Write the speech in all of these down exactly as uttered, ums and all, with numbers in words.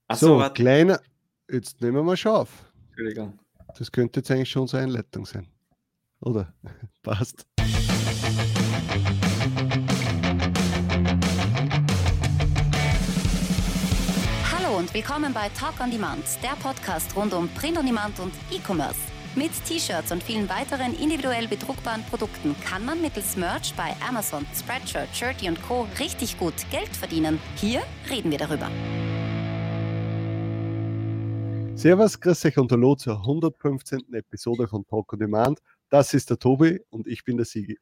Achso, So, warte. kleiner, jetzt nehmen wir mal auf. Entschuldigung. Das könnte jetzt eigentlich schon unsere Einleitung sein. Oder? Passt. Hallo und willkommen bei Talk on Demand, der Podcast rund um Print on Demand und E-Commerce. Mit T-Shirts und vielen weiteren individuell bedruckbaren Produkten kann man mittels Merch bei Amazon, Spreadshirt, Shirty und Co. richtig gut Geld verdienen. Hier reden wir darüber. Servus, grüß euch und hallo zur hundertfünfzehnten Episode von Talk on Demand. Das ist der Tobi und ich bin der Sigi.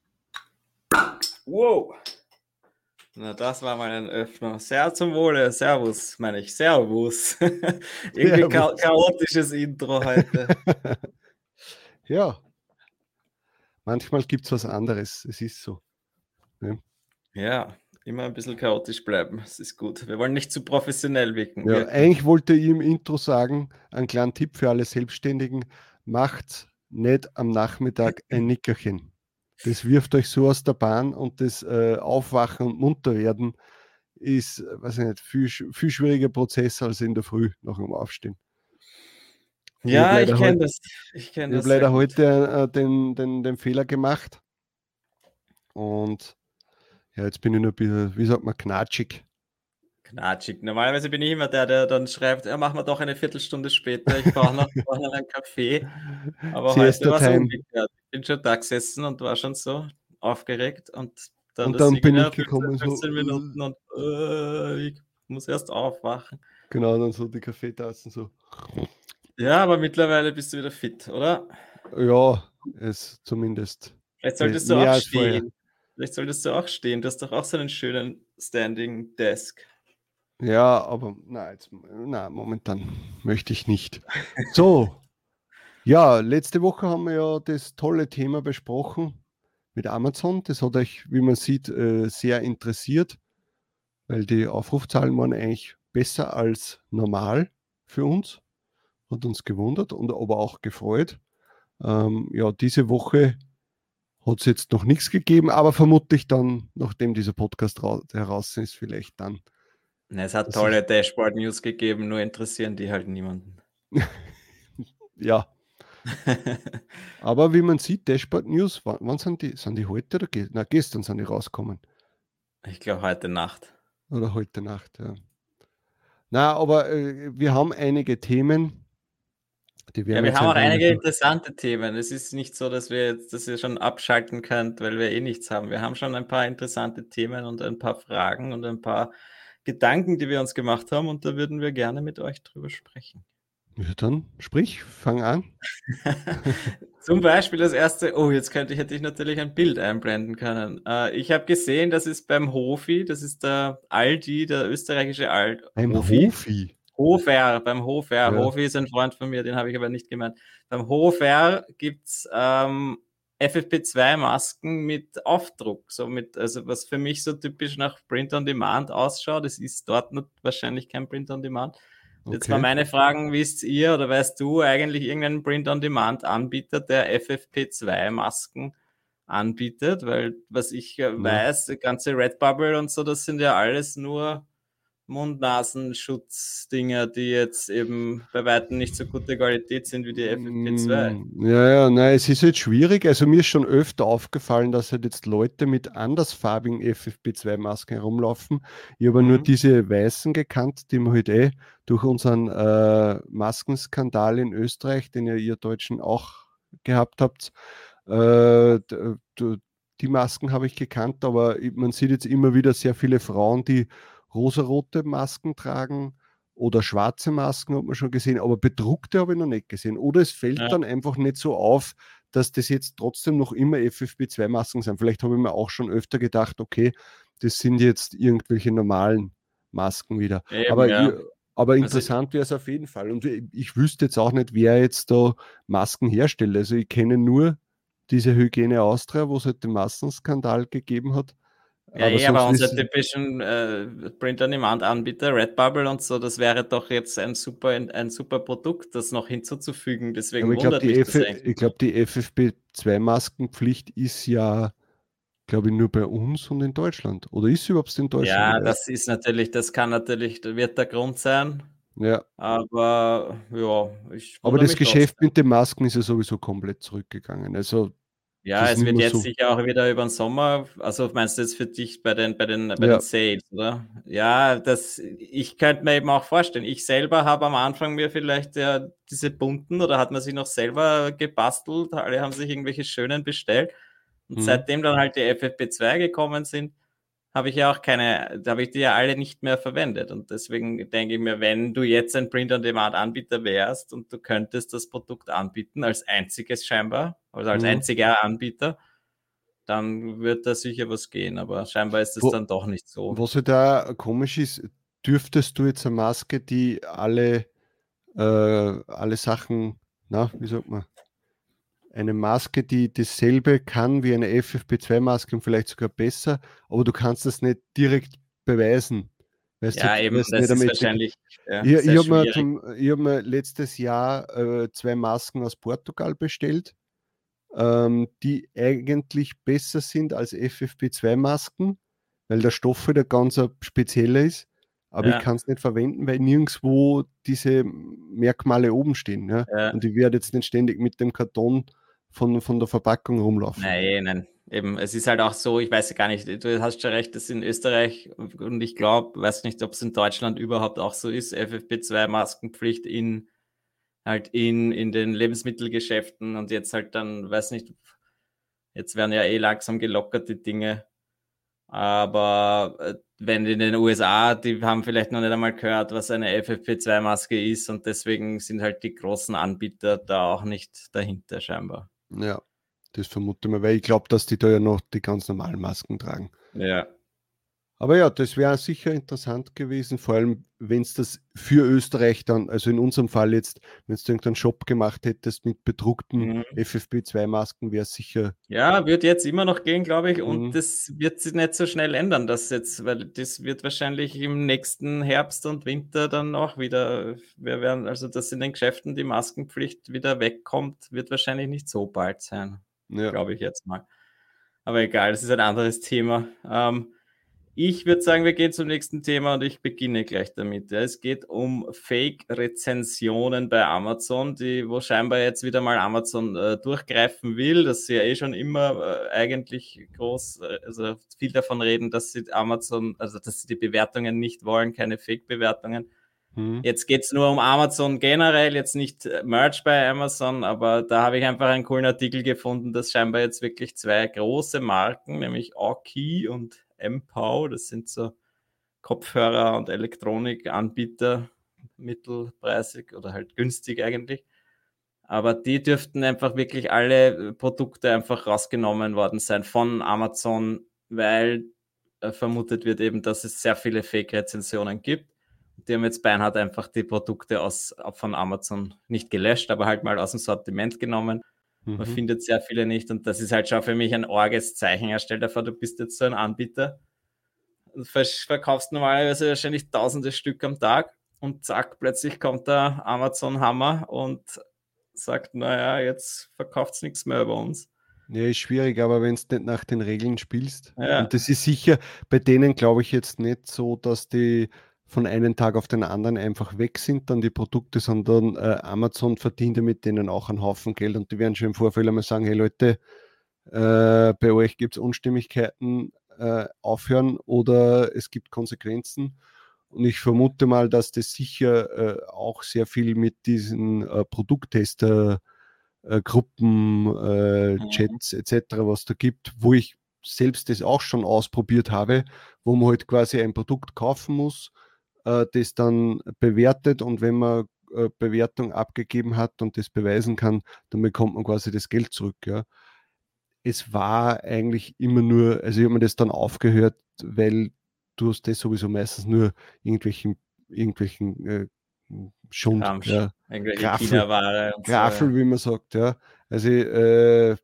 Wow. Na, das war mal ein Öffner. Sehr zum Wohle. Servus, meine ich. Servus. Irgendwie cha chaotisches Intro heute. Ja, manchmal gibt es was anderes. Es ist so. Ja. Ja, immer ein bisschen chaotisch bleiben. Das ist gut. Wir wollen nicht zu professionell wirken. Ja, wirken. eigentlich wollte ich im Intro sagen, einen kleinen Tipp für alle Selbstständigen, macht nicht am Nachmittag ein Nickerchen. Das wirft euch so aus der Bahn und das äh, Aufwachen und munter werden ist, weiß ich nicht, viel, viel schwieriger Prozess als in der Früh nach dem Aufstehen. Ja, ich, ich kenne heute, das. Ich kenne das. Ich habe leider heute äh, den, den, den Fehler gemacht und ja, jetzt bin ich nur ein bisschen, wie sagt man, knatschig. Knatschig. Normalerweise bin ich immer der, der dann schreibt, ja, machen wir doch eine Viertelstunde später, ich brauche noch, brauch noch einen Kaffee. Aber heute war es umgekehrt. Ich bin schon da gesessen und war schon so aufgeregt und dann, und dann bin ich fünfzehn, gekommen fünfzehn so, Minuten und äh, ich muss erst aufwachen. Genau, dann so die Kaffeetassen so. Ja, aber mittlerweile bist du wieder fit, oder? Ja, es zumindest. Vielleicht solltest du auch stehen. Vielleicht solltest du auch stehen. Du hast doch auch so einen schönen Standing Desk. Ja, aber na, jetzt, na, momentan möchte ich nicht. So, ja, letzte Woche haben wir ja das tolle Thema besprochen mit Amazon. Das hat euch, wie man sieht, sehr interessiert, weil die Aufrufzahlen waren eigentlich besser als normal für uns. Hat uns gewundert und aber auch gefreut. Ähm, ja, diese Woche hat es jetzt noch nichts gegeben, aber vermutlich dann, nachdem dieser Podcast heraus ist, vielleicht dann. Es hat tolle Dashboard-News gegeben, nur interessieren die halt niemanden. Ja. Aber wie man sieht, Dashboard-News, wann, wann sind die? Sind die heute oder ge Na, gestern sind die rausgekommen? Ich glaube heute Nacht. Oder heute Nacht, ja. Na, aber äh, wir haben einige Themen. Die wir ja, wir haben auch einige interessante Themen. Es ist nicht so, dass wir jetzt, dass ihr schon abschalten könnt, weil wir eh nichts haben. Wir haben schon ein paar interessante Themen und ein paar Fragen und ein paar Gedanken, die wir uns gemacht haben, und da würden wir gerne mit euch drüber sprechen. Ja, dann sprich, fang an. Zum Beispiel das erste, oh, jetzt könnte ich, hätte ich natürlich ein Bild einblenden können. Äh, ich habe gesehen, das ist beim Hofi, das ist der Aldi, der österreichische Aldi. Beim Hofi? Hofi. Hofer, beim Hofer. Ja. Hofi ist ein Freund von mir, den habe ich aber nicht gemeint. Beim Hofer gibt es ähm, F F P zwei Masken mit Aufdruck, so mit, also was für mich so typisch nach Print on Demand ausschaut. Das ist dort nicht, wahrscheinlich kein Print on Demand. Okay. Jetzt war meine Frage, wisst ihr oder weißt du eigentlich irgendeinen Print on Demand Anbieter, der F F P zwei Masken anbietet? Weil was ich ja. weiß, die ganze Redbubble und so, das sind ja alles nur Mund-Nasen-Schutz-Dinger, die jetzt eben bei weitem nicht so gute Qualität sind wie die F F P zwei. Ja, ja, nein, es ist jetzt schwierig. Also mir ist schon öfter aufgefallen, dass halt jetzt Leute mit andersfarbigen F F P zwei Masken herumlaufen. Ich habe mhm. nur diese weißen gekannt, die wir halt eh durch unseren äh, Maskenskandal in Österreich, den ja ihr Deutschen auch gehabt habt, äh, die Masken habe ich gekannt, aber man sieht jetzt immer wieder sehr viele Frauen, die rosarote Masken tragen oder schwarze Masken, hat man schon gesehen, aber bedruckte habe ich noch nicht gesehen. Oder es fällt ja. dann einfach nicht so auf, dass das jetzt trotzdem noch immer F F P zwei Masken sind. Vielleicht habe ich mir auch schon öfter gedacht, okay, das sind jetzt irgendwelche normalen Masken wieder. Eben, aber, ja. aber interessant also, wäre es auf jeden Fall. Und ich, ich wüsste jetzt auch nicht, wer jetzt da Masken herstellt. Also ich kenne nur diese Hygiene Austria, wo es halt den Massenskandal gegeben hat. Ja, aber, eh, aber unsere typischen äh, Print-on-Demand-Anbieter, Redbubble und so, das wäre doch jetzt ein super, ein super Produkt, das noch hinzuzufügen. Deswegen aber ich wundert glaub, mich F- das eigentlich. Ich glaube, die F F P zwei Maskenpflicht ist ja, glaube ich, nur bei uns und in Deutschland. Oder ist sie überhaupt in Deutschland? Ja, das ist natürlich, das kann natürlich, wird der Grund sein. Ja. Aber ja, ich Aber wundere das mich Geschäft trotzdem. mit den Masken ist ja sowieso komplett zurückgegangen. Also das Ja, ist es nicht wird mehr jetzt so. sicher auch wieder über den Sommer, also meinst du jetzt für dich bei den, bei den, bei den Ja, Sales, oder? Ja, das, ich könnte mir eben auch vorstellen, ich selber habe am Anfang mir vielleicht ja diese bunten oder hat man sich noch selber gebastelt, alle haben sich irgendwelche schönen bestellt und mhm. seitdem dann halt die F F P zwei gekommen sind, habe ich ja auch keine, da habe ich die ja alle nicht mehr verwendet. Und deswegen denke ich mir, wenn du jetzt ein Print-on-Demand-Anbieter wärst und du könntest das Produkt anbieten, als einziges scheinbar, also als Mhm. einziger Anbieter, dann wird da sicher was gehen. Aber scheinbar ist es Wo, dann doch nicht so. was halt da komisch ist, dürftest du jetzt eine Maske, die alle, äh, alle Sachen, na, wie sagt man, eine Maske, die dasselbe kann wie eine F F P zwei Maske und vielleicht sogar besser, aber du kannst das nicht direkt beweisen. Weißt du, Ja, eben, weil es nicht das am ist Etikett. wahrscheinlich ja, Ich, ich sehr habe mir, schwierig. zum- ich hab mir letztes Jahr äh, zwei Masken aus Portugal bestellt, ähm, die eigentlich besser sind als F F P zwei Masken, weil der Stoff wieder ganz ein spezieller ist. Aber ich Ja, kann es nicht verwenden, weil nirgendwo diese Merkmale oben stehen. Ja? ja. Und ich werde jetzt nicht ständig mit dem Karton von, von der Verpackung rumlaufen. Nein, nein. Eben, es ist halt auch so, ich weiß ja gar nicht, du hast schon recht, das ist in Österreich und ich glaube, weiß nicht, ob es in Deutschland überhaupt auch so ist, F F P zwei Maskenpflicht in halt in, in den Lebensmittelgeschäften und jetzt halt dann, weiß nicht, jetzt werden ja eh langsam gelockert die Dinge, aber äh, wenn in den U S A, die haben vielleicht noch nicht einmal gehört, was eine F F P zwei Maske ist und deswegen sind halt die großen Anbieter da auch nicht dahinter scheinbar. Ja, das vermute ich mal, weil ich glaube, dass die da ja noch die ganz normalen Masken tragen. Ja. Aber ja, das wäre sicher interessant gewesen, vor allem wenn es das für Österreich dann, also in unserem Fall jetzt, wenn du irgendeinen Shop gemacht hättest mit bedruckten Mhm. F F P zwei Masken, wäre es sicher. Ja, wird jetzt immer noch gehen, glaube ich, und Mhm. das wird sich nicht so schnell ändern, das jetzt, weil das wird wahrscheinlich im nächsten Herbst und Winter dann auch wieder, wir werden, also dass in den Geschäften die Maskenpflicht wieder wegkommt, wird wahrscheinlich nicht so bald sein, Ja. glaube ich jetzt mal. Aber egal, das ist ein anderes Thema. Ähm, ich würde sagen, wir gehen zum nächsten Thema und ich beginne gleich damit. Ja, es geht um Fake-Rezensionen bei Amazon, die, wo scheinbar jetzt wieder mal Amazon äh, durchgreifen will, dass sie ja eh schon immer äh, eigentlich groß, äh, also viel davon reden, dass sie Amazon, also dass sie die Bewertungen nicht wollen, keine Fake-Bewertungen. Mhm. Jetzt geht es nur um Amazon generell, jetzt nicht Merch bei Amazon, aber da habe ich einfach einen coolen Artikel gefunden, dass scheinbar jetzt wirklich zwei große Marken, nämlich Aukey und M P O W, das sind so Kopfhörer- und Elektronikanbieter, mittelpreisig oder halt günstig eigentlich. Aber die dürften einfach wirklich alle Produkte einfach rausgenommen worden sein von Amazon, weil äh, vermutet wird eben, dass es sehr viele Fake-Rezensionen gibt. Die haben jetzt beinhart einfach die Produkte aus, von Amazon nicht gelöscht, aber halt mal aus dem Sortiment genommen. Man Mhm. findet sehr viele nicht und das ist halt schon für mich ein arges Zeichen. Stell dir vor, du bist jetzt so ein Anbieter und verkaufst normalerweise wahrscheinlich tausende Stück am Tag und zack, plötzlich kommt der Amazon-Hammer und sagt, naja, jetzt verkauft es nichts mehr über uns. Ja, ist schwierig, aber wenn du nicht nach den Regeln spielst, Ja, und das ist sicher bei denen, glaube ich, jetzt nicht so, dass die von einem Tag auf den anderen einfach weg sind, dann die Produkte, sondern äh, Amazon verdient ja mit denen auch einen Haufen Geld und die werden schon im Vorfeld einmal sagen, hey Leute, äh, bei euch gibt es Unstimmigkeiten, äh, aufhören oder es gibt Konsequenzen. Und ich vermute mal, dass das sicher äh, auch sehr viel mit diesen äh, Produkttester äh, Gruppen, äh, mhm. Chats et cetera, was da gibt, wo ich selbst das auch schon ausprobiert habe, wo man halt quasi ein Produkt kaufen muss, äh, das dann bewertet und wenn man äh, Bewertung abgegeben hat und das beweisen kann, dann bekommt man quasi das Geld zurück. Ja. Es war eigentlich immer nur, also ich habe mir das dann aufgehört, weil du hast das sowieso meistens nur irgendwelchen, irgendwelchen äh, Schund, Ramsch, ja, irgendwelche Graffel, China-Ware und so. Graffel, wie man sagt, ja. Also äh,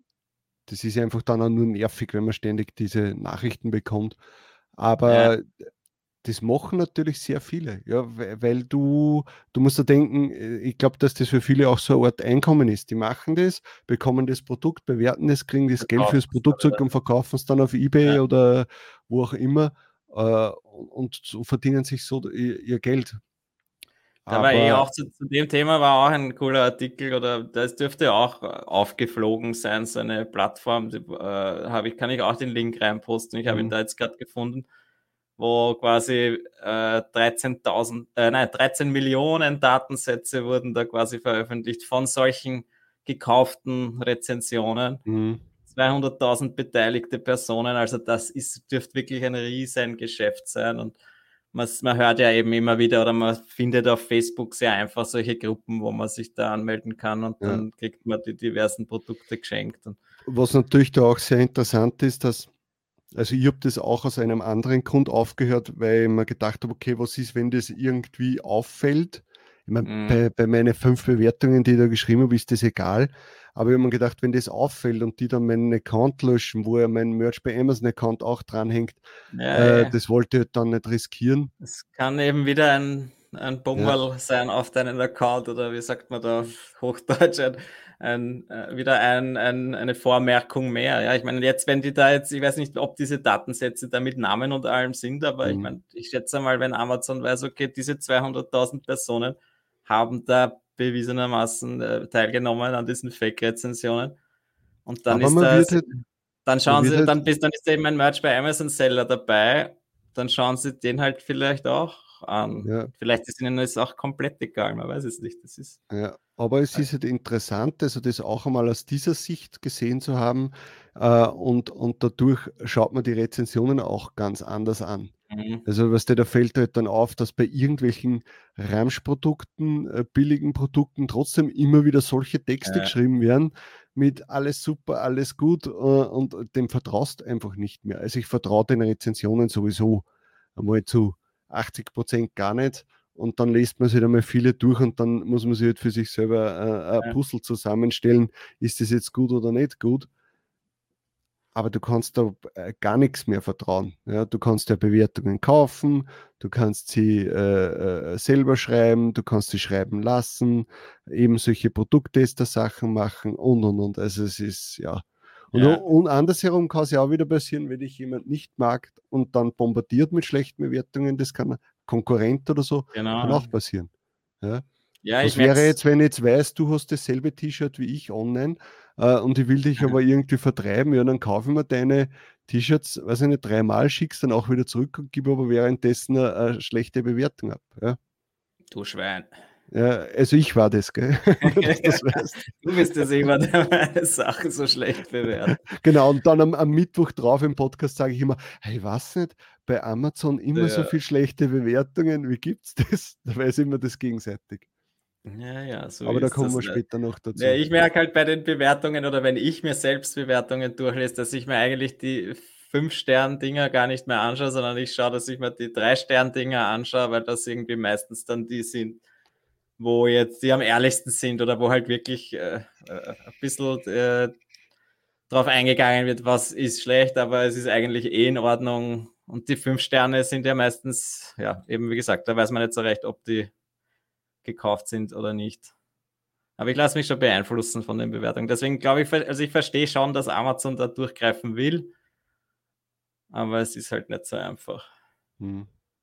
das ist einfach dann auch nur nervig, wenn man ständig diese Nachrichten bekommt. Ja, Aber das machen natürlich sehr viele, ja, weil, weil du, du musst da denken, äh, ich glaube, dass das für viele auch so eine Art Einkommen ist. Die machen das, bekommen das Produkt, bewerten es, kriegen das Geld für verkauft das es dann Produkt zurück wieder. und verkaufen es dann auf eBay Ja. oder wo auch immer äh, und so verdienen sich so ihr, ihr Geld. Da war eh auch zu, zu dem Thema war auch ein cooler Artikel oder das dürfte auch aufgeflogen sein, so eine Plattform, die, äh, habe ich, kann ich auch den Link reinposten, ich habe Mhm. ihn da jetzt gerade gefunden, wo quasi äh, dreizehntausend, äh, nein, dreizehn Millionen Datensätze wurden da quasi veröffentlicht von solchen gekauften Rezensionen. Mhm. zweihunderttausend beteiligte Personen, also das ist, dürfte wirklich ein riesen Geschäft sein und man, man hört ja eben immer wieder oder man findet auf Facebook sehr einfach solche Gruppen, wo man sich da anmelden kann und Ja. dann kriegt man die diversen Produkte geschenkt. Und was natürlich da auch sehr interessant ist, dass, also ich habe das auch aus einem anderen Grund aufgehört, weil ich mir gedacht habe, okay, was ist, wenn das irgendwie auffällt? Ich meine, Mhm. bei, bei meinen fünf Bewertungen, die ich da geschrieben habe, ist das egal. Aber ich habe mir gedacht, wenn das auffällt und die dann meinen Account löschen, wo ja mein Merch bei Amazon-Account auch dranhängt, ja, äh, ja. das wollte ich halt dann nicht riskieren. Es kann eben wieder ein, ein Bummel Ja. sein auf deinen Account oder wie sagt man da auf Hochdeutsch, ein, ein, äh, wieder ein, ein, eine Vormerkung mehr. Ja, ich meine, jetzt, wenn die da jetzt, ich weiß nicht, ob diese Datensätze da mit Namen und allem sind, aber ich Mhm. meine, ich schätze mal, wenn Amazon weiß, okay, diese zweihunderttausend Personen haben da bewiesenermaßen äh, teilgenommen an diesen Fake-Rezensionen und dann Aber ist man da, wird halt, dann man schauen wird sie, halt dann, bist, dann ist eben ein Merch bei Amazon Seller dabei, dann schauen sie den halt vielleicht auch an. ja, Vielleicht ist ihnen das auch komplett egal, man weiß es nicht. Das ist ja, aber es ist halt interessant, also das auch einmal aus dieser Sicht gesehen zu haben, äh, und, und dadurch schaut man die Rezensionen auch ganz anders an. mhm. Also was da fällt halt dann auf, dass bei irgendwelchen Ramschprodukten, äh, billigen Produkten trotzdem immer wieder solche Texte Ja. geschrieben werden mit alles super, alles gut, äh, und dem vertraust einfach nicht mehr. Also ich vertraue den Rezensionen sowieso einmal zu achtzig Prozent gar nicht. Und dann liest man sich einmal viele durch und dann muss man sich halt für sich selber äh, ein Ja. Puzzle zusammenstellen, ist das jetzt gut oder nicht gut. Aber du kannst da äh, gar nichts mehr vertrauen. Ja, du kannst ja Bewertungen kaufen, du kannst sie äh, äh, selber schreiben, du kannst sie schreiben lassen, eben solche Produkttester-Sachen machen und und und. Also es ist ja. Und, Ja. und andersherum kann es ja auch wieder passieren, wenn dich jemand nicht mag und dann bombardiert mit schlechten Bewertungen, das kann Konkurrent oder so, Genau. kann auch passieren. Ja. Ja, Was ich wäre merke jetzt, wenn ich jetzt weiß, du hast dasselbe T-Shirt wie ich online, äh, und ich will dich aber irgendwie vertreiben, ja, dann kaufe ich mir deine T-Shirts, weiß ich nicht, dreimal, schickst dann auch wieder zurück und gebe aber währenddessen eine, eine schlechte Bewertung ab. Ja. du Schwein. Ja, also ich war das, gell? Nur, dass du das weißt. Du bist das immer, der meine Sachen so schlecht bewertet. Genau, und dann am, am Mittwoch drauf im Podcast sage ich immer, hey, was nicht, bei Amazon immer so Ja. viel schlechte Bewertungen, wie gibt's das? Da weiß ich immer das gegenseitig. Ja, ja, so Aber da ist kommen das. wir später noch dazu. Ja, ich merke halt bei den Bewertungen oder wenn ich mir selbst Bewertungen durchlese, dass ich mir eigentlich die fünf-Stern-Dinger gar nicht mehr anschaue, sondern ich schaue, dass ich mir die drei-Stern-Dinger anschaue, weil das irgendwie meistens dann die sind, wo jetzt die am ehrlichsten sind oder wo halt wirklich äh, äh, ein bisschen äh, drauf eingegangen wird, was ist schlecht, aber es ist eigentlich eh in Ordnung. Und die fünf Sterne sind ja meistens, ja, eben wie gesagt, da weiß man nicht so recht, ob die gekauft sind oder nicht. Aber ich lasse mich schon beeinflussen von den Bewertungen. Deswegen glaube ich, also ich verstehe schon, dass Amazon da durchgreifen will, aber es ist halt nicht so einfach. Hm.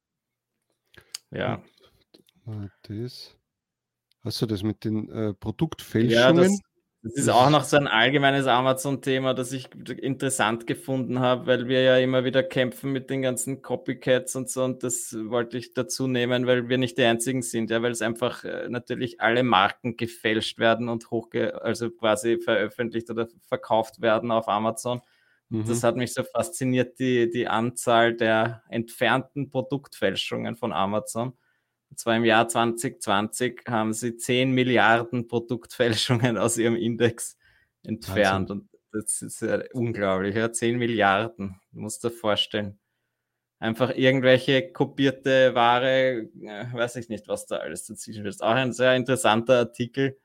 Ja. Gut. Das. Hast du das mit den äh, Ja, Produktfälschungen? das, das ist Das auch ist- noch so ein allgemeines Amazon-Thema, das ich interessant gefunden habe, weil wir ja immer wieder kämpfen mit den ganzen Copycats und so, und das wollte ich dazu nehmen, weil wir nicht die einzigen sind, ja, weil es einfach äh, natürlich alle Marken gefälscht werden und hochge also quasi veröffentlicht oder verkauft werden auf Amazon. Und Mhm. das hat mich so fasziniert, die, die Anzahl der entfernten Produktfälschungen von Amazon. Und zwar im Jahr zwanzig zwanzig haben sie zehn Milliarden Produktfälschungen aus ihrem Index entfernt. Wahnsinn. Und das ist ja unglaublich, ja? zehn Milliarden, du musst dir vorstellen. Einfach irgendwelche kopierte Ware, äh, weiß ich nicht, was da alles dazwischen ist. Auch ein sehr interessanter Artikel.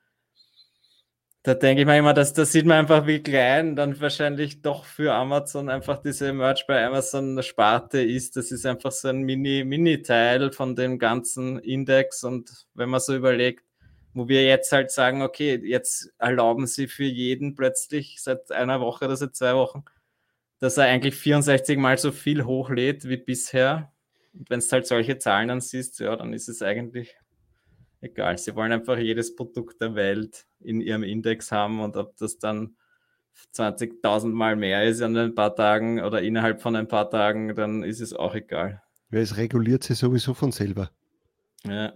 Da denke ich mir immer, dass das sieht man einfach, wie klein dann wahrscheinlich doch für Amazon einfach diese Merch bei Amazon eine Sparte ist. Das ist einfach so ein Mini, Mini-Teil von dem ganzen Index. Und wenn man so überlegt, wo wir jetzt halt sagen, okay, jetzt erlauben sie für jeden plötzlich seit einer Woche oder seit zwei Wochen, dass er eigentlich vierundsechzig Mal so viel hochlädt wie bisher. Und wenn es halt solche Zahlen dann siehst, ja, dann ist es eigentlich egal. Sie wollen einfach jedes Produkt der Welt in ihrem Index haben und ob das dann zwanzigtausend Mal mehr ist an ein paar Tagen oder innerhalb von ein paar Tagen, dann ist es auch egal. Weil es reguliert sich sowieso von selber. Ja.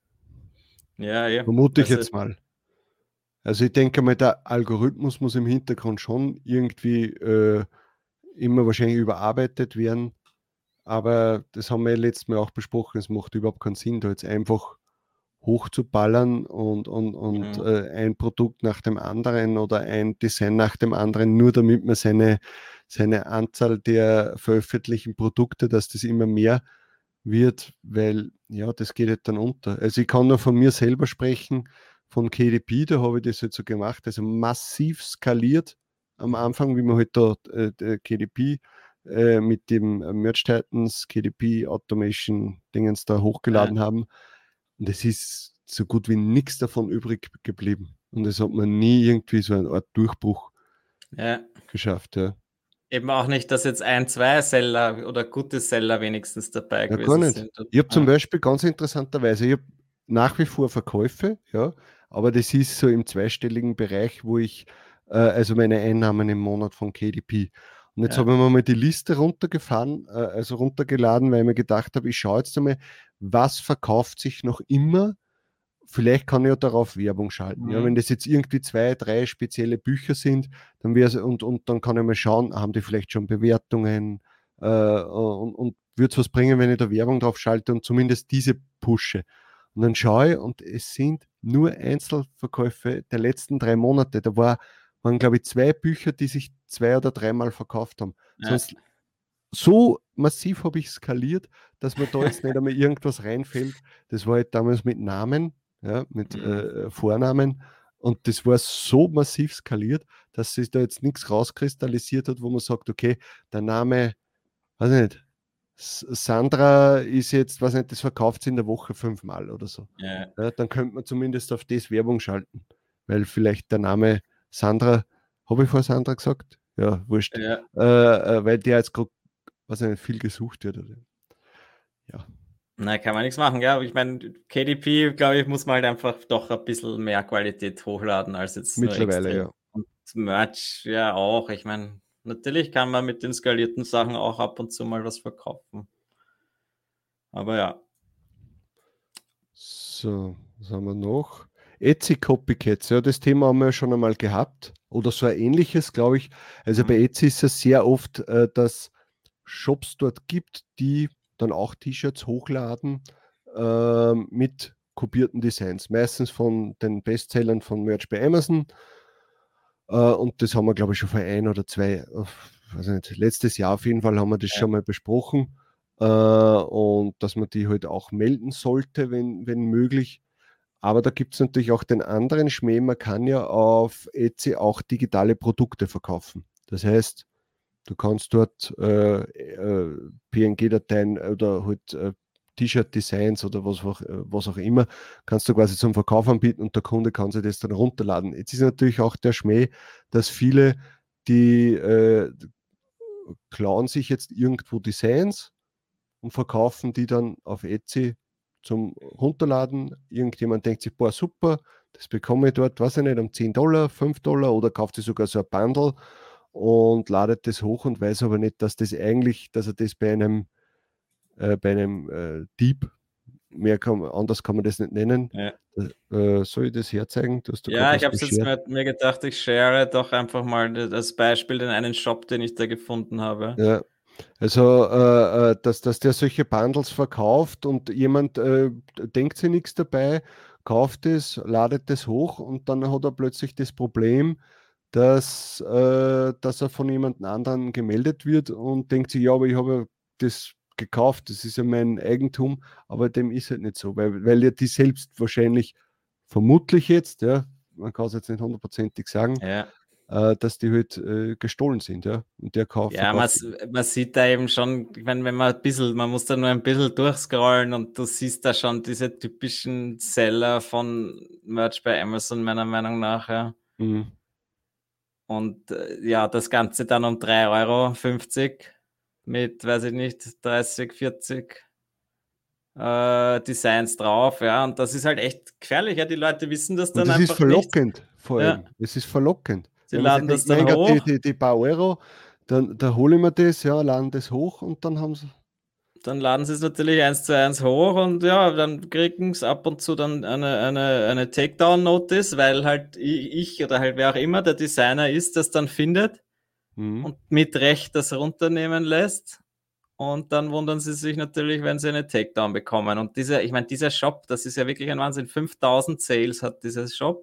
Ja, ja. Vermute ich Also, jetzt mal. Also ich denke mal, der Algorithmus muss im Hintergrund schon irgendwie äh, immer wahrscheinlich überarbeitet werden. Aber das haben wir ja letztes Mal auch besprochen. Es macht überhaupt keinen Sinn, da jetzt einfach hochzuballern und, und, und Mhm. äh, ein Produkt nach dem anderen oder ein Design nach dem anderen, nur damit man seine, seine Anzahl der veröffentlichten Produkte, dass das immer mehr wird, weil ja, das geht halt dann unter. Also ich kann nur von mir selber sprechen, von K D P, da habe ich das halt so gemacht, also massiv skaliert am Anfang, wie wir halt da äh, K D P äh, mit dem Merch Titans, K D P Automation Dingens da hochgeladen Ja. haben. Und es ist so gut wie nichts davon übrig geblieben. Und es hat man nie irgendwie so eine Art Durchbruch Ja. geschafft. Ja. Eben auch nicht, dass jetzt ein, zwei Seller oder gute Seller wenigstens dabei Ja, gewesen gar nicht. sind. Ich habe zum Ja. Beispiel ganz interessanterweise, ich habe nach wie vor Verkäufe, ja, aber das ist so im zweistelligen Bereich, wo ich, äh, also meine Einnahmen im Monat von K D P. Und jetzt Ja. habe ich mir mal die Liste runtergefahren, äh, also runtergeladen, weil ich mir gedacht habe, ich schaue jetzt einmal, was verkauft sich noch immer. Vielleicht kann ich ja darauf Werbung schalten. Mhm. Ja, wenn das jetzt irgendwie zwei, drei spezielle Bücher sind, dann wäre und, und dann kann ich mal schauen, haben die vielleicht schon Bewertungen äh, und, und würde es was bringen, wenn ich da Werbung drauf schalte und zumindest diese pushe. Und dann schaue ich und es sind nur Einzelverkäufe der letzten drei Monate. Da war, waren, glaube ich, zwei Bücher, die sich zwei oder dreimal verkauft haben. Ja. Sonst so massiv habe ich skaliert, dass mir da jetzt nicht einmal irgendwas reinfällt. Das war halt damals mit Namen, ja, mit Mhm. äh, Vornamen. Und das war so massiv skaliert, dass sich da jetzt nichts rauskristallisiert hat, wo man sagt, okay, der Name, weiß ich nicht, S- Sandra ist jetzt, weiß nicht, das verkauft sie in der Woche fünfmal oder so. Ja. Ja, dann könnte man zumindest auf das Werbung schalten, weil vielleicht der Name Sandra, habe ich vor Sandra gesagt? Ja, wurscht. Ja. Äh, äh, weil der jetzt gerade, weiß ich nicht, viel gesucht wird. Oder? Ja. Na, kann man nichts machen, ja. Aber ich meine, K D P, glaube ich, muss man halt einfach doch ein bisschen mehr Qualität hochladen als jetzt nur Mittlerweile, extrem. ja. Und Merch ja auch. Ich meine, natürlich kann man mit den skalierten Sachen auch ab und zu mal was verkaufen. Aber ja. So, was haben wir noch? Etsy Copycats, ja, das Thema haben wir ja schon einmal gehabt. Oder so ein ähnliches, glaube ich. Also Mhm. bei Etsy ist es sehr oft, äh, dass Shops dort gibt, die dann auch T-Shirts hochladen äh, mit kopierten Designs. Meistens von den Bestsellern von Merch bei Amazon. Äh, und das haben wir, glaube ich, schon vor ein oder zwei, äh, weiß nicht, letztes Jahr auf jeden Fall haben wir das Ja. schon mal besprochen. Äh, und dass man die halt auch melden sollte, wenn, wenn möglich. Aber da gibt es natürlich auch den anderen Schmäh, man kann ja auf Etsy auch digitale Produkte verkaufen. Das heißt, du kannst dort äh, äh, P N G-Dateien oder halt äh, T-Shirt-Designs oder was auch, äh, was auch immer, kannst du quasi zum Verkauf anbieten und der Kunde kann sich das dann runterladen. Jetzt ist natürlich auch der Schmäh, dass viele, die äh, klauen sich jetzt irgendwo Designs und verkaufen die dann auf Etsy zum Runterladen. Irgendjemand denkt sich, boah, super, das bekomme ich dort, weiß ich nicht, um zehn Dollar, fünf Dollar oder kauft sich sogar so ein Bundle und ladet das hoch und weiß aber nicht, dass das eigentlich, dass er das bei einem, äh, bei einem äh, Dieb, mehr kann, anders kann man das nicht nennen. Ja. Äh, soll ich das herzeigen? Du hast da Ja, gerade ich was habe es jetzt geshared. mir, mir gedacht, ich share doch einfach mal das Beispiel den einen Shop, den ich da gefunden habe. Ja, also, äh, äh, dass, dass der solche Bundles verkauft und jemand äh, denkt sich nichts dabei, kauft es, ladet es hoch und dann hat er plötzlich das Problem, dass, äh, dass er von jemand anderen gemeldet wird und denkt sich, ja, aber ich habe ja das gekauft, das ist ja mein Eigentum, aber dem ist halt nicht so, weil, weil ja die selbst wahrscheinlich, vermutlich jetzt, ja, man kann es jetzt nicht hundertprozentig sagen, Ja. äh, dass die halt äh, gestohlen sind, ja, und der kauft, Ja, man, verkauft. man sieht da eben schon, ich meine, wenn man ein bisschen, man muss da nur ein bisschen durchscrollen und du siehst da schon diese typischen Seller von Merch bei Amazon, meiner Meinung nach, ja. Mhm. Und äh, ja, das Ganze dann um drei Euro fünfzig mit, weiß ich nicht, dreißig, vierzig äh, Designs drauf, ja, und das ist halt echt gefährlich, ja, die Leute wissen das dann Und das einfach ist verlockend, nicht. vor Ja. allem. Es ist verlockend. Sie Wenn man laden sagt, das ich dann mein Gott, die, hoch, die, die paar Euro, dann da hole ich mir das, ja, laden das hoch und dann haben sie. dann laden sie es natürlich eins zu eins hoch und ja, dann kriegen sie ab und zu dann eine, eine, eine Takedown-Notice, weil halt i- ich oder halt wer auch immer der Designer ist, das dann findet Mhm. und mit Recht das runternehmen lässt. Und dann wundern sie sich natürlich, wenn sie eine Takedown bekommen. Und dieser, ich meine, dieser Shop, das ist ja wirklich ein Wahnsinn. fünftausend Sales hat dieser Shop.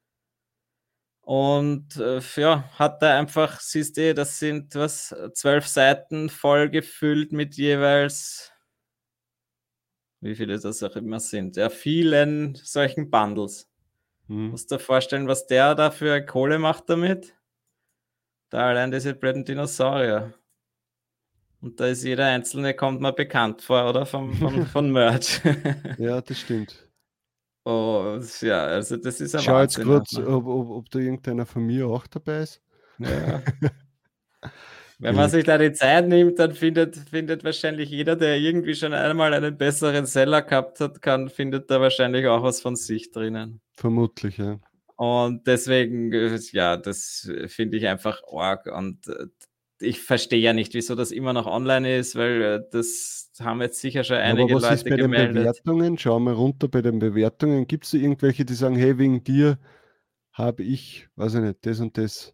Und äh, ja, hat da einfach, siehst du, das sind was, zwölf Seiten voll gefüllt mit jeweils, wie viele das auch immer sind, ja, vielen solchen Bundles. Mhm. Musst du dir vorstellen, was der da für Kohle macht damit? Da allein diese blöden Dinosaurier. Und da ist jeder einzelne, kommt mir bekannt vor, oder? Von, von, von Merch. Ja, das stimmt. Oh, ja, also das ist Ich ein schau jetzt Wahnsinn. gerade, Ne? ob, ob, ob da irgendeiner von mir auch dabei ist. Ja. Wenn man sich da die Zeit nimmt, dann findet, findet wahrscheinlich jeder, der irgendwie schon einmal einen besseren Seller gehabt hat, kann, findet da wahrscheinlich auch was von sich drinnen. Vermutlich, ja. Und deswegen, äh, ja, das finde ich einfach arg. Und äh, ich verstehe ja nicht, wieso das immer noch online ist, weil äh, das haben jetzt sicher schon Aber einige was ist Leute bei den gemeldet. Bewertungen? Schauen wir runter bei den Bewertungen. Gibt es da irgendwelche, die sagen, hey, wegen dir habe ich, weiß ich nicht, das und das.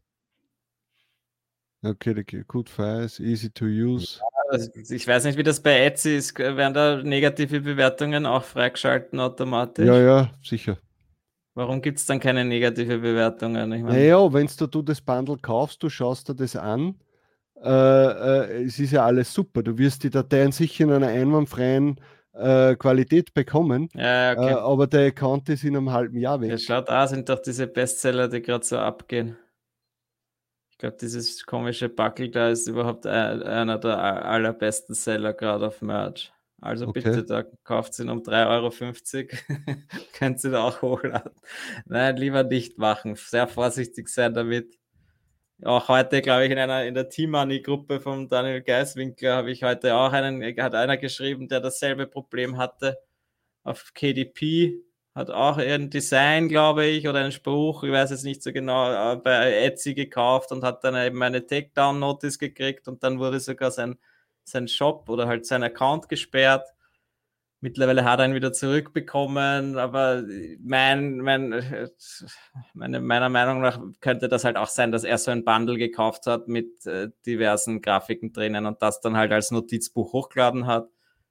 Okay, okay, good files, easy to use. Also, ich weiß nicht, wie das bei Etsy ist. Werden da negative Bewertungen auch freigeschalten automatisch? Ja, ja, sicher. Warum gibt es dann keine negative Bewertungen? Ich mein, Naja, wenn du, du das Bundle kaufst, du schaust dir das an, äh, äh, es ist ja alles super. Du wirst die Dateien sicher in einer einwandfreien äh, Qualität bekommen, ja, okay. äh, aber der Account ist in einem halben Jahr weg. Ja, schaut da, sind doch diese Bestseller, die gerade so abgehen. Ich glaube, dieses komische Backel da ist überhaupt ein, einer der allerbesten Seller gerade auf Merch. Also Okay. bitte, da kauft ihn um drei Euro fünfzig. Könnt ihr da auch hochladen. Nein, lieber nicht machen. Sehr vorsichtig sein damit. Auch heute, glaube ich, in einer in der Team-Money-Gruppe von Daniel Geiswinkler habe ich heute auch einen, hat einer geschrieben, der dasselbe Problem hatte auf K D P, hat auch ein Design, glaube ich, oder einen Spruch, ich weiß jetzt nicht so genau, bei Etsy gekauft und hat dann eben eine Takedown-Notice gekriegt und dann wurde sogar sein, sein Shop oder halt sein Account gesperrt. Mittlerweile hat er ihn wieder zurückbekommen, aber mein, mein, meine, meiner Meinung nach könnte das halt auch sein, dass er so ein Bundle gekauft hat mit äh, diversen Grafiken drinnen und das dann halt als Notizbuch hochgeladen hat.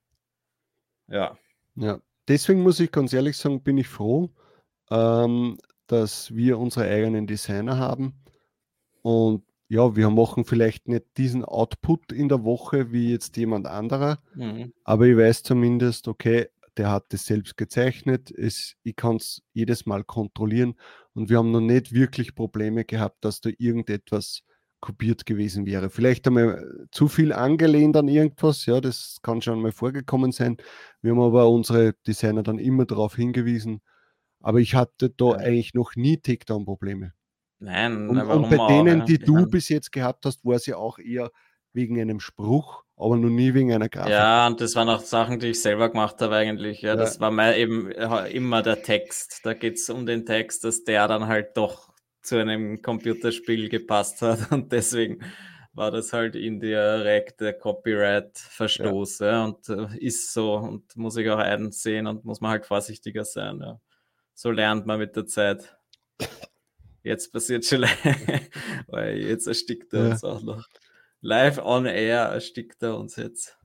Ja. Ja, deswegen muss ich ganz ehrlich sagen, bin ich froh, ähm, dass wir unsere eigenen Designer haben. Und ja, wir machen vielleicht nicht diesen Output in der Woche wie jetzt jemand anderer, Mhm. aber ich weiß zumindest, okay, der hat das selbst gezeichnet, es, ich kann es jedes Mal kontrollieren und wir haben noch nicht wirklich Probleme gehabt, dass da irgendetwas kopiert gewesen wäre. Vielleicht einmal zu viel angelehnt an irgendwas, ja, das kann schon mal vorgekommen sein. Wir haben aber unsere Designer dann immer darauf hingewiesen, aber ich hatte da Ja. eigentlich noch nie Takedown-Probleme. Nein, Und, warum und bei auch, denen, ja? die Ich du mein, bis jetzt gehabt hast, war es ja auch eher wegen einem Spruch, aber noch nie wegen einer Grafik. ja, und das waren auch Sachen, die ich selber gemacht habe eigentlich. Ja, Ja. das war mal eben äh, immer der Text. Da geht es um den Text, dass der dann halt doch zu einem Computerspiel gepasst hat und deswegen war das halt indirekter Copyright-Verstoß. Ja. Ja, und äh, ist so und muss ich auch einsehen und muss man halt vorsichtiger sein. Ja. So lernt man mit der Zeit. Jetzt passiert schon weil jetzt erstickt er Ja. uns auch noch. Live on air erstickt er uns jetzt.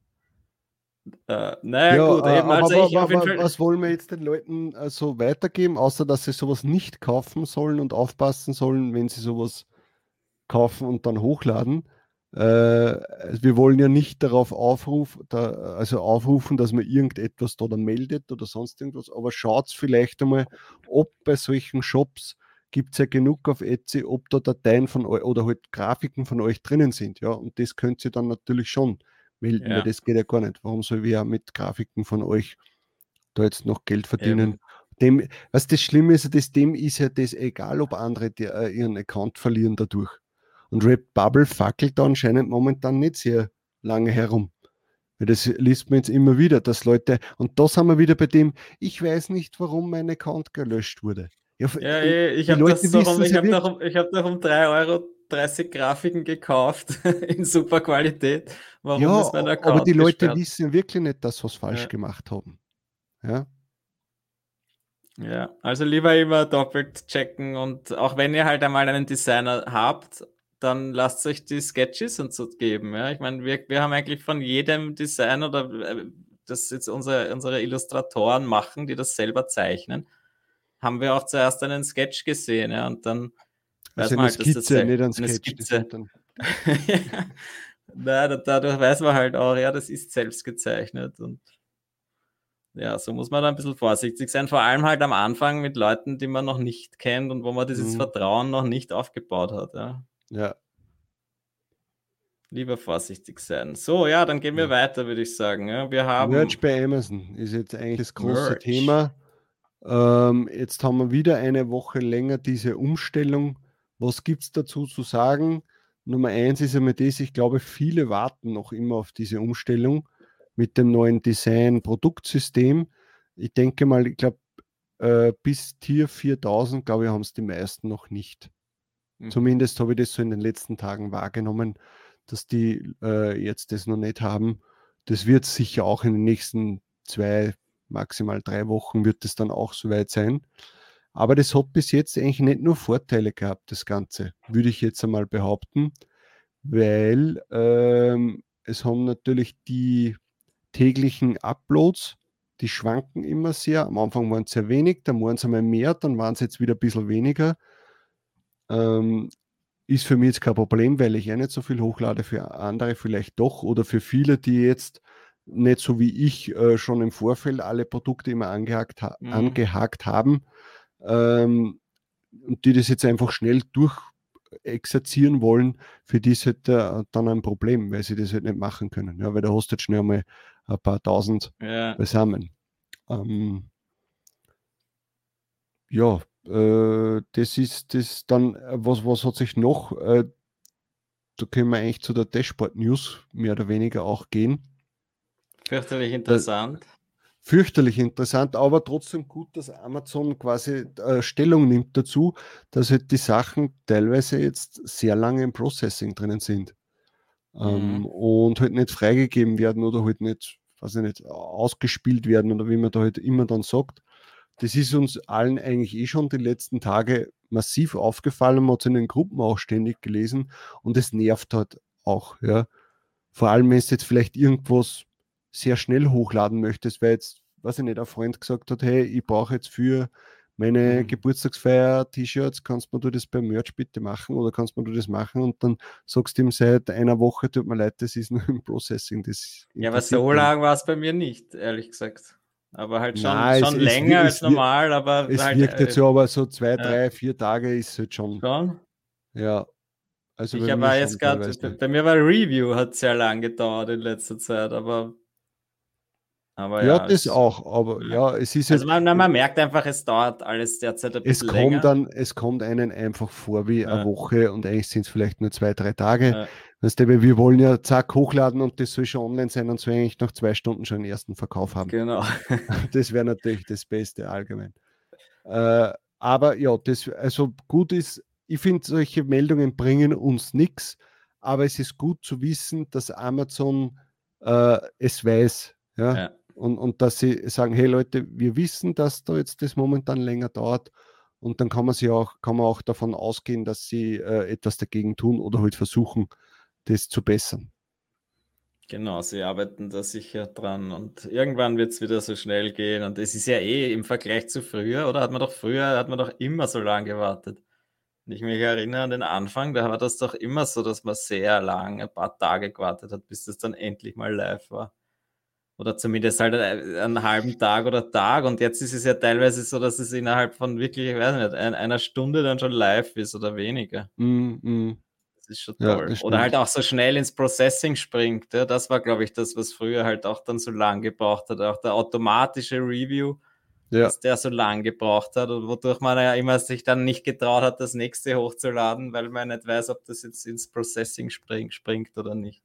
Äh, naja, Ja, gut, äh, eben, aber also wa- ich wa- auf jeden wa- Fall. was wollen wir jetzt den Leuten äh, so weitergeben, außer dass sie sowas nicht kaufen sollen und aufpassen sollen, wenn sie sowas kaufen und dann hochladen? Äh, wir wollen ja nicht darauf aufrufen, da, also aufrufen, dass man irgendetwas da dann meldet oder sonst irgendwas, aber schaut vielleicht einmal, ob bei solchen Shops gibt es ja genug auf Etsy, ob da Dateien von euch oder halt Grafiken von euch drinnen sind, ja, und das könnt ihr dann natürlich schon melden, Ja. weil das geht ja gar nicht. Warum soll wir ja mit Grafiken von euch da jetzt noch Geld verdienen? Dem, was das Schlimme ist, das, dem ist ja das egal, ob andere die, äh, ihren Account verlieren dadurch. Und Redbubble fackelt da anscheinend momentan nicht sehr lange herum. Weil das liest man jetzt immer wieder, dass Leute, und da sind wir wieder bei dem, ich weiß nicht, warum mein Account gelöscht wurde. Ja, ja ich habe das so rum, ich habe doch, um, hab doch um drei Euro dreißig Grafiken gekauft in super Qualität. Warum ja, ist mein Account aber die Leute gesperrt? wissen wirklich nicht, dass sie was falsch ja. gemacht haben. Ja. Ja, also lieber immer doppelt checken und auch wenn ihr halt einmal einen Designer habt, dann lasst euch die Sketches und so geben. Ja, ich meine, wir, wir haben eigentlich von jedem Designer oder das jetzt unsere, unsere Illustratoren machen, die das selber zeichnen, haben wir auch zuerst einen Sketch gesehen, ja, und dann also weiß man eine halt, Skizze, dass das nicht ein eine Sketch. Skizze. Dann ja, dadurch weiß man halt auch, ja, das ist selbst gezeichnet und ja, so muss man da ein bisschen vorsichtig sein, vor allem halt am Anfang mit Leuten, die man noch nicht kennt und wo man dieses mhm. Vertrauen noch nicht aufgebaut hat. Ja. ja. Lieber vorsichtig sein. So, ja, dann gehen wir ja. weiter, würde ich sagen. Ja, wir haben Merch bei Amazon ist jetzt eigentlich das große Merch. Thema. Ähm, jetzt haben wir wieder eine Woche länger diese Umstellung. Was gibt es dazu zu sagen? Nummer eins ist einmal das, ich glaube, viele warten noch immer auf diese Umstellung mit dem neuen Design-Produktsystem. Ich denke mal, ich glaube, äh, bis Tier viertausend, glaube ich, haben es die meisten noch nicht. Mhm. Zumindest habe ich das so in den letzten Tagen wahrgenommen, dass die äh, jetzt das noch nicht haben. Das wird sicher auch in den nächsten zwei, maximal drei Wochen wird es dann auch soweit sein. Aber das hat bis jetzt eigentlich nicht nur Vorteile gehabt, das Ganze, würde ich jetzt einmal behaupten, weil ähm, es haben natürlich die täglichen Uploads, die schwanken immer sehr. Am Anfang waren es sehr wenig, dann waren es einmal mehr, dann waren es jetzt wieder ein bisschen weniger. Ähm, ist für mich jetzt kein Problem, weil ich ja nicht so viel hochlade, für andere vielleicht doch oder für viele, die jetzt nicht so wie ich äh, schon im Vorfeld alle Produkte immer angehakt, ha- mhm. angehakt haben ähm, und die das jetzt einfach schnell durchexerzieren wollen, für die ist halt äh, dann ein Problem, weil sie das halt nicht machen können. Ja, weil da hast du jetzt schnell mal ein paar tausend ja. beisammen. Ähm, ja, äh, das ist das dann, was, was hat sich noch, äh, da können wir eigentlich zu der Dashboard-News mehr oder weniger auch gehen. Fürchterlich interessant. Äh, fürchterlich interessant, aber trotzdem gut, dass Amazon quasi äh, Stellung nimmt dazu, dass halt die Sachen teilweise jetzt sehr lange im Processing drinnen sind. Ähm, mhm. Und halt nicht freigegeben werden oder halt nicht, weiß ich nicht, ausgespielt werden oder wie man da halt immer dann sagt. Das ist uns allen eigentlich eh schon die letzten Tage massiv aufgefallen. Man hat es in den Gruppen auch ständig gelesen und es nervt halt auch. Ja. Vor allem, wenn du jetzt vielleicht irgendwas sehr schnell hochladen möchtest, weil jetzt, weiß ich nicht, ein Freund gesagt hat, hey, ich brauche jetzt für meine mhm. Geburtstagsfeier T-Shirts, kannst du das beim Merch bitte machen oder kannst du das machen? Und dann sagst du ihm seit einer Woche, tut mir leid, das ist nur im Processing. Das ja, aber so lang war es bei mir nicht, ehrlich gesagt. Aber halt schon, Nein, schon es, länger es, als normal, aber es halt, wirkt jetzt äh, so, aber so zwei, ja. drei, vier Tage ist es halt schon. Schon? Ja. Also ich war jetzt gerade, bei, bei mir war Review, hat sehr lang gedauert in letzter Zeit, aber aber ja, ja, das es, auch, aber ja, ja es ist also halt, man, man merkt einfach, es dauert alles derzeit ein bisschen es kommt länger. Dann, es kommt einen einfach vor wie ja. eine Woche und eigentlich sind es vielleicht nur zwei, drei Tage. Ja. Weißt du, weil wir wollen ja zack hochladen und das soll schon online sein und soll eigentlich nach zwei Stunden schon den ersten Verkauf haben. Genau. Das wäre natürlich das Beste allgemein. Äh, aber ja, das, also gut ist, ich finde, solche Meldungen bringen uns nichts, aber es ist gut zu wissen, dass Amazon äh, es weiß. Ja? Ja. Und, und dass sie sagen, hey Leute, wir wissen, dass da jetzt das momentan länger dauert und dann kann man sich auch, kann man auch davon ausgehen, dass sie äh, etwas dagegen tun oder halt versuchen, das zu bessern. Genau, sie arbeiten da sicher dran und irgendwann wird es wieder so schnell gehen und es ist ja eh im Vergleich zu früher, oder hat man doch früher, hat man doch immer so lange gewartet. Wenn ich mich erinnere an den Anfang, da war das doch immer so, dass man sehr lang, ein paar Tage gewartet hat, bis das dann endlich mal live war. Oder zumindest halt einen halben Tag oder Tag. Und jetzt ist es ja teilweise so, dass es innerhalb von wirklich, ich weiß nicht, einer Stunde dann schon live ist oder weniger. Mm, mm. Das ist schon toll. Ja, oder halt auch so schnell ins Processing springt. Ja, das war, glaube ich, das, was früher halt auch dann so lang gebraucht hat. Auch der automatische Review, ja. dass der so lang gebraucht hat und wodurch man ja immer sich dann nicht getraut hat, das nächste hochzuladen, weil man nicht weiß, ob das jetzt ins Processing spring, springt oder nicht.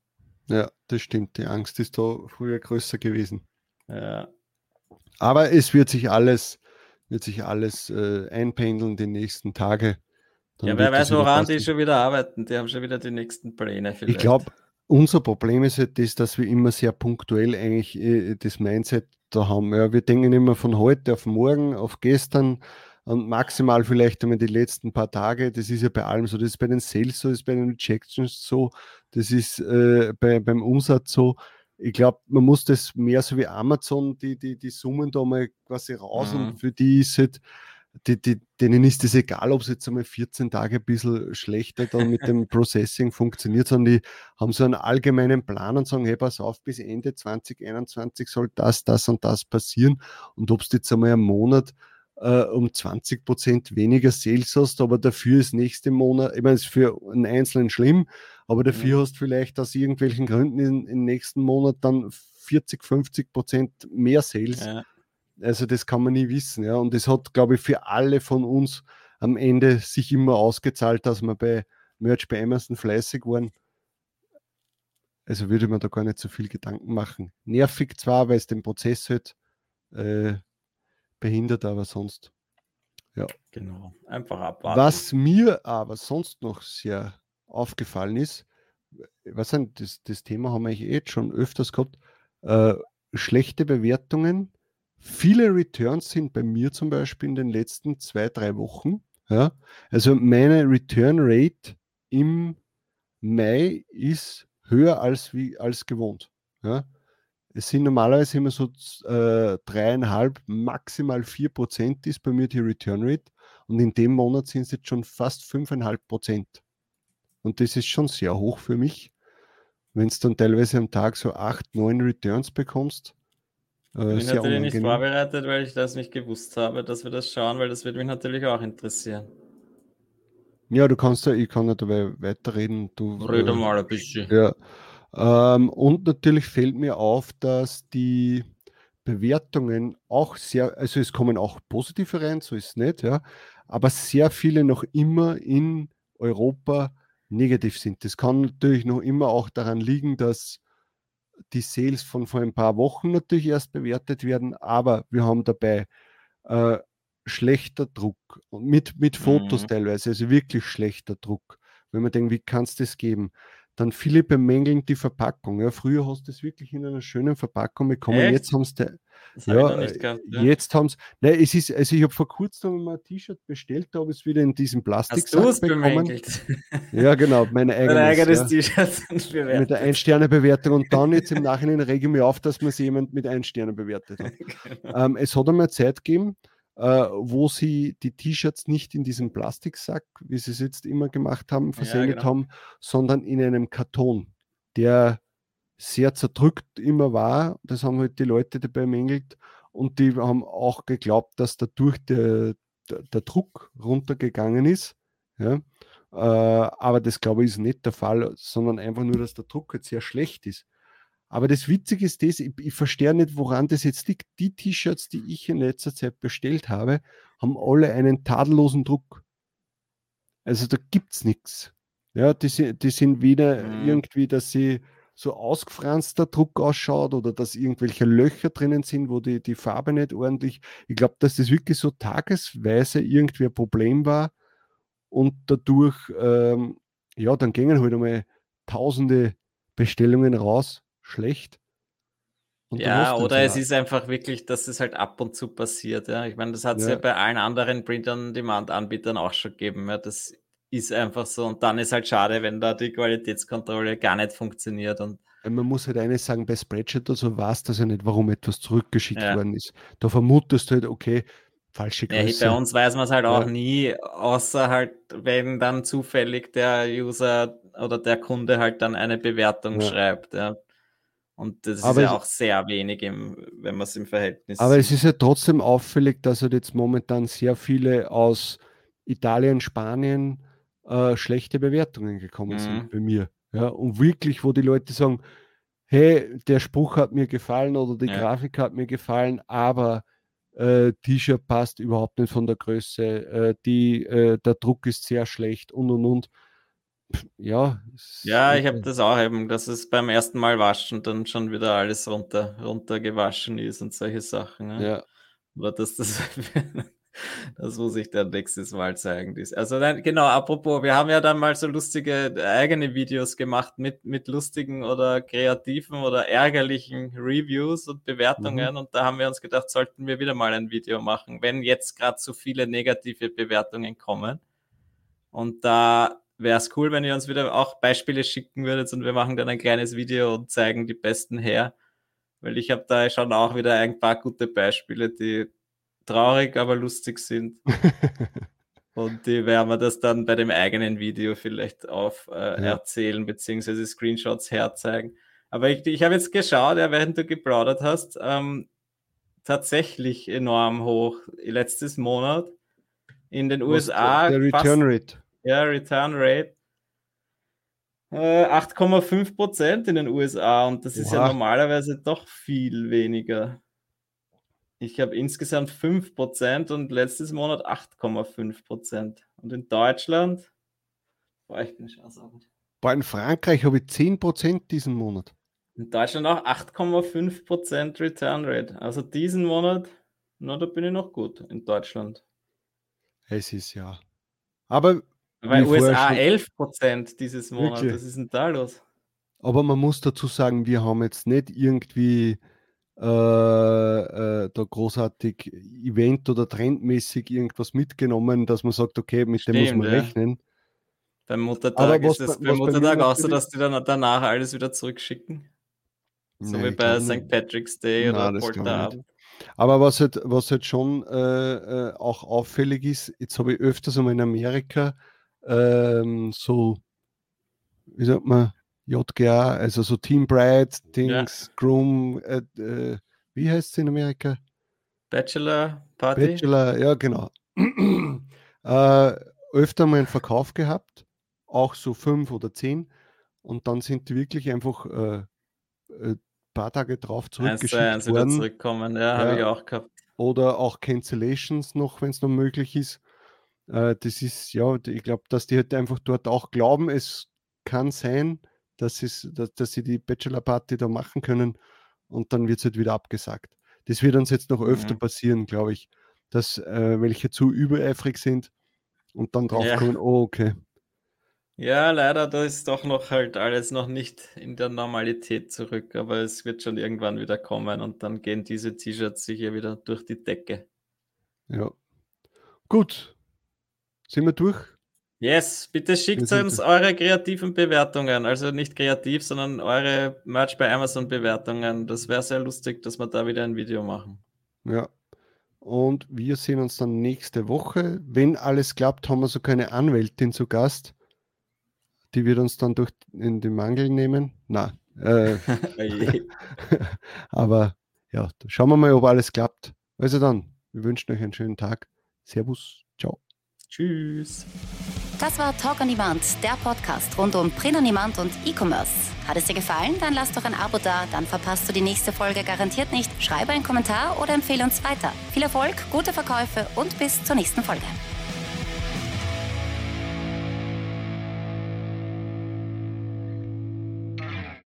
Ja, das stimmt. Die Angst ist da früher größer gewesen. Ja. Aber es wird sich alles, wird sich alles äh, einpendeln die nächsten Tage. Dann ja, wer wird das weiß, wieder woran passen. die schon wieder arbeiten. Die haben schon wieder die nächsten Pläne vielleicht. Ich glaube, unser Problem ist halt das, dass wir immer sehr punktuell eigentlich äh, das Mindset da haben. Ja, wir denken immer von heute auf morgen, auf gestern und maximal vielleicht einmal die letzten paar Tage. Das ist ja bei allem so. Das ist bei den Sales so, das ist bei den Rejections so, das ist äh, bei, beim Umsatz so. Ich glaube, man muss das mehr so wie Amazon, die, die, die Summen da mal quasi raus Mhm. und für die ist halt, die, die, denen ist es egal, ob es jetzt einmal vierzehn Tage ein bisschen schlechter dann mit dem Processing funktioniert, sondern die haben so einen allgemeinen Plan und sagen, hey, pass auf, bis Ende zwanzig einundzwanzig soll das, das und das passieren. Und ob du jetzt einmal einen Monat äh, um zwanzig Prozent weniger Sales hast, aber dafür ist nächste Monat, ich meine, es ist für einen Einzelnen schlimm, aber dafür Mhm. hast du vielleicht aus irgendwelchen Gründen in- im nächsten Monat dann vierzig, fünfzig Prozent mehr Sales. Ja. Also das kann man nie wissen. Ja. Und das hat, glaube ich, für alle von uns am Ende sich immer ausgezahlt, dass wir bei Merch bei Amazon fleißig waren. Also würde man da gar nicht so viel Gedanken machen. Nervig zwar, weil es den Prozess halt äh, behindert, aber sonst. Ja. Genau, einfach abwarten. Was mir aber sonst noch sehr aufgefallen ist, was sind das, das Thema haben wir eigentlich eh jetzt schon öfters gehabt, äh, schlechte Bewertungen. Viele Returns sind bei mir zum Beispiel in den letzten zwei, drei Wochen. Ja. Also meine Return Rate im Mai ist höher als, wie, als gewohnt. Ja. Es sind normalerweise immer so äh, dreieinhalb, maximal vier Prozent ist bei mir die Return Rate und in dem Monat sind es jetzt schon fast fünfeinhalb Prozent. Und das ist schon sehr hoch für mich. Wenn du dann teilweise am Tag so acht, neun Returns bekommst, äh, Bin ich sehr natürlich nicht unangenehm. vorbereitet, weil ich das nicht gewusst habe, dass wir das schauen, weil das würde mich natürlich auch interessieren. Ja, du kannst ja, ich kann ja dabei weiterreden. Du, Rede äh, mal ein bisschen. ja. Ähm, und natürlich fällt mir auf, dass die Bewertungen auch sehr, also es kommen auch positive rein, so ist es nicht, ja, aber sehr viele noch immer in Europa negativ sind. Das kann natürlich noch immer auch daran liegen, dass die Sales von vor ein paar Wochen natürlich erst bewertet werden, aber wir haben dabei äh, schlechter Druck und mit, mit Fotos Mhm. teilweise, also wirklich schlechter Druck. Wenn man denkt, wie kann es das geben? Dann viele bemängeln die Verpackung. Ja, früher hast du es wirklich in einer schönen Verpackung bekommen. Echt? Jetzt haben sie, Das habe ich noch ja, nicht gehabt. Ja. jetzt haben sie, nein, es ist, also ich habe vor kurzem mal ein T-Shirt bestellt, da habe ich es wieder in diesem Hast du Plastiksack es bekommen. bemängelt? Ja, genau, mein Dein eigenes. eigenes Ja. T-Shirt Mit der bewertet. Ein-Sterne-Bewertung und dann jetzt im Nachhinein rege ich mich auf, dass man es jemand mit Ein-Sterne bewertet hat. Genau. Ähm, es hat einmal Zeit gegeben, äh, wo sie die T-Shirts nicht in diesem Plastiksack, wie sie es jetzt immer gemacht haben, versendet genau. haben, sondern in einem Karton, der sehr zerdrückt immer war. Das haben halt die Leute dabei bemängelt und die haben auch geglaubt, dass dadurch der, der, der Druck runtergegangen ist. Ja. Äh, aber das glaube ich ist nicht der Fall, sondern einfach nur, dass der Druck jetzt sehr schlecht ist. Aber das Witzige ist das, ich, ich verstehe nicht, woran das jetzt liegt. Die T-Shirts, die ich in letzter Zeit bestellt habe, haben alle einen tadellosen Druck. Also da gibt es nichts. Ja, die, sind- die sind weder Mhm. irgendwie, dass sie so ausgefranster Druck ausschaut oder dass irgendwelche Löcher drinnen sind, wo die, die Farbe nicht ordentlich. Ich glaube, dass das wirklich so tagesweise irgendwie ein Problem war und dadurch, ähm, ja, dann gingen halt einmal tausende Bestellungen raus, schlecht. Und dann Ja, hast du oder es so, ist einfach wirklich, dass es halt ab und zu passiert. Ja. Ich meine, das hat es ja ja, bei allen anderen Print-on-Demand-Anbietern auch schon gegeben. Ja. Das ist einfach so. Und dann ist halt schade, wenn da die Qualitätskontrolle gar nicht funktioniert. Und man muss halt eines sagen, bei Spreadshirt oder so weißt du ja nicht, warum etwas zurückgeschickt ja. worden ist. Da vermutest du halt, okay, falsche Ja, bei Größe. uns weiß man es halt auch Ja. nie, außer halt, wenn dann zufällig der User oder der Kunde halt dann eine Bewertung Ja. schreibt. Ja. Und das ist Aber ja es, auch sehr wenig, im, wenn man es im Verhältnis aber es sieht. ist ja trotzdem auffällig, dass halt jetzt momentan sehr viele aus Italien, Spanien äh, schlechte Bewertungen gekommen sind Mhm. bei mir. Ja, und wirklich, wo die Leute sagen, hey, der Spruch hat mir gefallen oder die Ja. Grafik hat mir gefallen, aber äh, T-Shirt passt überhaupt nicht von der Größe, äh, die, äh, der Druck ist sehr schlecht und und und. ja. Ja, ich habe das auch eben, dass es beim ersten Mal waschen dann schon wieder alles runter, runtergewaschen ist und solche Sachen. Ne? Ja. Oder dass das, das muss ich dann nächstes Mal zeigen. Also genau, apropos, wir haben ja dann mal so lustige eigene Videos gemacht mit, mit lustigen oder kreativen oder ärgerlichen Reviews und Bewertungen mhm. und da haben wir uns gedacht, sollten wir wieder mal ein Video machen, wenn jetzt gerade so viele negative Bewertungen kommen. Und da wäre es cool, wenn ihr uns wieder auch Beispiele schicken würdet und wir machen dann ein kleines Video und zeigen die besten her. Weil ich habe da schon auch wieder ein paar gute Beispiele, die traurig, aber lustig sind. Und die werden wir das dann bei dem eigenen Video vielleicht auf äh, ja. erzählen, beziehungsweise Screenshots herzeigen. Aber ich, ich habe jetzt geschaut, ja, während du geplaudert hast, ähm, tatsächlich enorm hoch. Letztes Monat in den U S A. Der, der Return fast, Rate. Ja, Return Rate. acht Komma fünf Prozent in den U S A und das Oha. Ist ja normalerweise doch viel weniger. Ich habe insgesamt fünf Prozent und letztes Monat acht Komma fünf Prozent. Und in Deutschland, boah, ich bin schon sauber. Boah, in Frankreich habe ich zehn Prozent diesen Monat. In Deutschland auch acht Komma fünf Prozent Return Rate. Also diesen Monat, na, da bin ich noch gut in Deutschland. Es ist ja. Aber Weil U S A elf Prozent dieses Monat, wirklich? Was ist denn da los? Aber man muss dazu sagen, wir haben jetzt nicht irgendwie äh, äh, da großartig Event- oder trendmäßig irgendwas mitgenommen, dass man sagt, okay, mit Stimmt, dem muss man ja. rechnen. Beim Muttertag ist es beim Muttertag auch so, dass die dann danach alles wieder zurückschicken. So Nein, wie bei Sankt Patrick's Day Nein, oder Polterabend. Aber was halt, was halt schon äh, äh, auch auffällig ist, jetzt habe ich öfters einmal in Amerika ähm, so, wie sagt man, J G A, also so Team Bride, Dings, ja. Groom, äh, äh, wie heißt es in Amerika? Bachelor Party? Bachelor, ja genau. äh, öfter mal einen Verkauf gehabt, auch so fünf oder zehn und dann sind die wirklich einfach äh, ein paar Tage drauf zurückgeschickt eins, eins worden. Wieder zurückkommen, ja, ja habe ich auch gehabt. Oder auch Cancellations noch, wenn es noch möglich ist. Äh, das ist, ja, ich glaube, dass die halt einfach dort auch glauben, es kann sein, dass, es, dass, dass sie die Bachelor-Party da machen können und dann wird es halt wieder abgesagt. Das wird uns jetzt noch öfter mhm. passieren, glaube ich, dass äh, welche zu übereifrig sind und dann draufkommen, ja. oh, okay. Ja, leider, da ist doch noch halt alles noch nicht in der Normalität zurück, aber es wird schon irgendwann wieder kommen und dann gehen diese T-Shirts sicher wieder durch die Decke. Ja. Gut. Sind wir durch? Yes, bitte schickt uns eure kreativen Bewertungen, also nicht kreativ, sondern eure Merch bei Amazon Bewertungen. Das wäre sehr lustig, dass wir da wieder ein Video machen. Ja. Und wir sehen uns dann nächste Woche. Wenn alles klappt, haben wir sogar eine Anwältin zu Gast. Die wird uns dann durch in den Mangel nehmen. Nein. Äh, aber ja, schauen wir mal, ob alles klappt. Also dann, wir wünschen euch einen schönen Tag. Servus, ciao. Tschüss. Das war Talk on Demand, der Podcast rund um Print on Demand und E-Commerce. Hat es dir gefallen? Dann lass doch ein Abo da, dann verpasst du die nächste Folge garantiert nicht. Schreibe einen Kommentar oder empfehle uns weiter. Viel Erfolg, gute Verkäufe und bis zur nächsten Folge.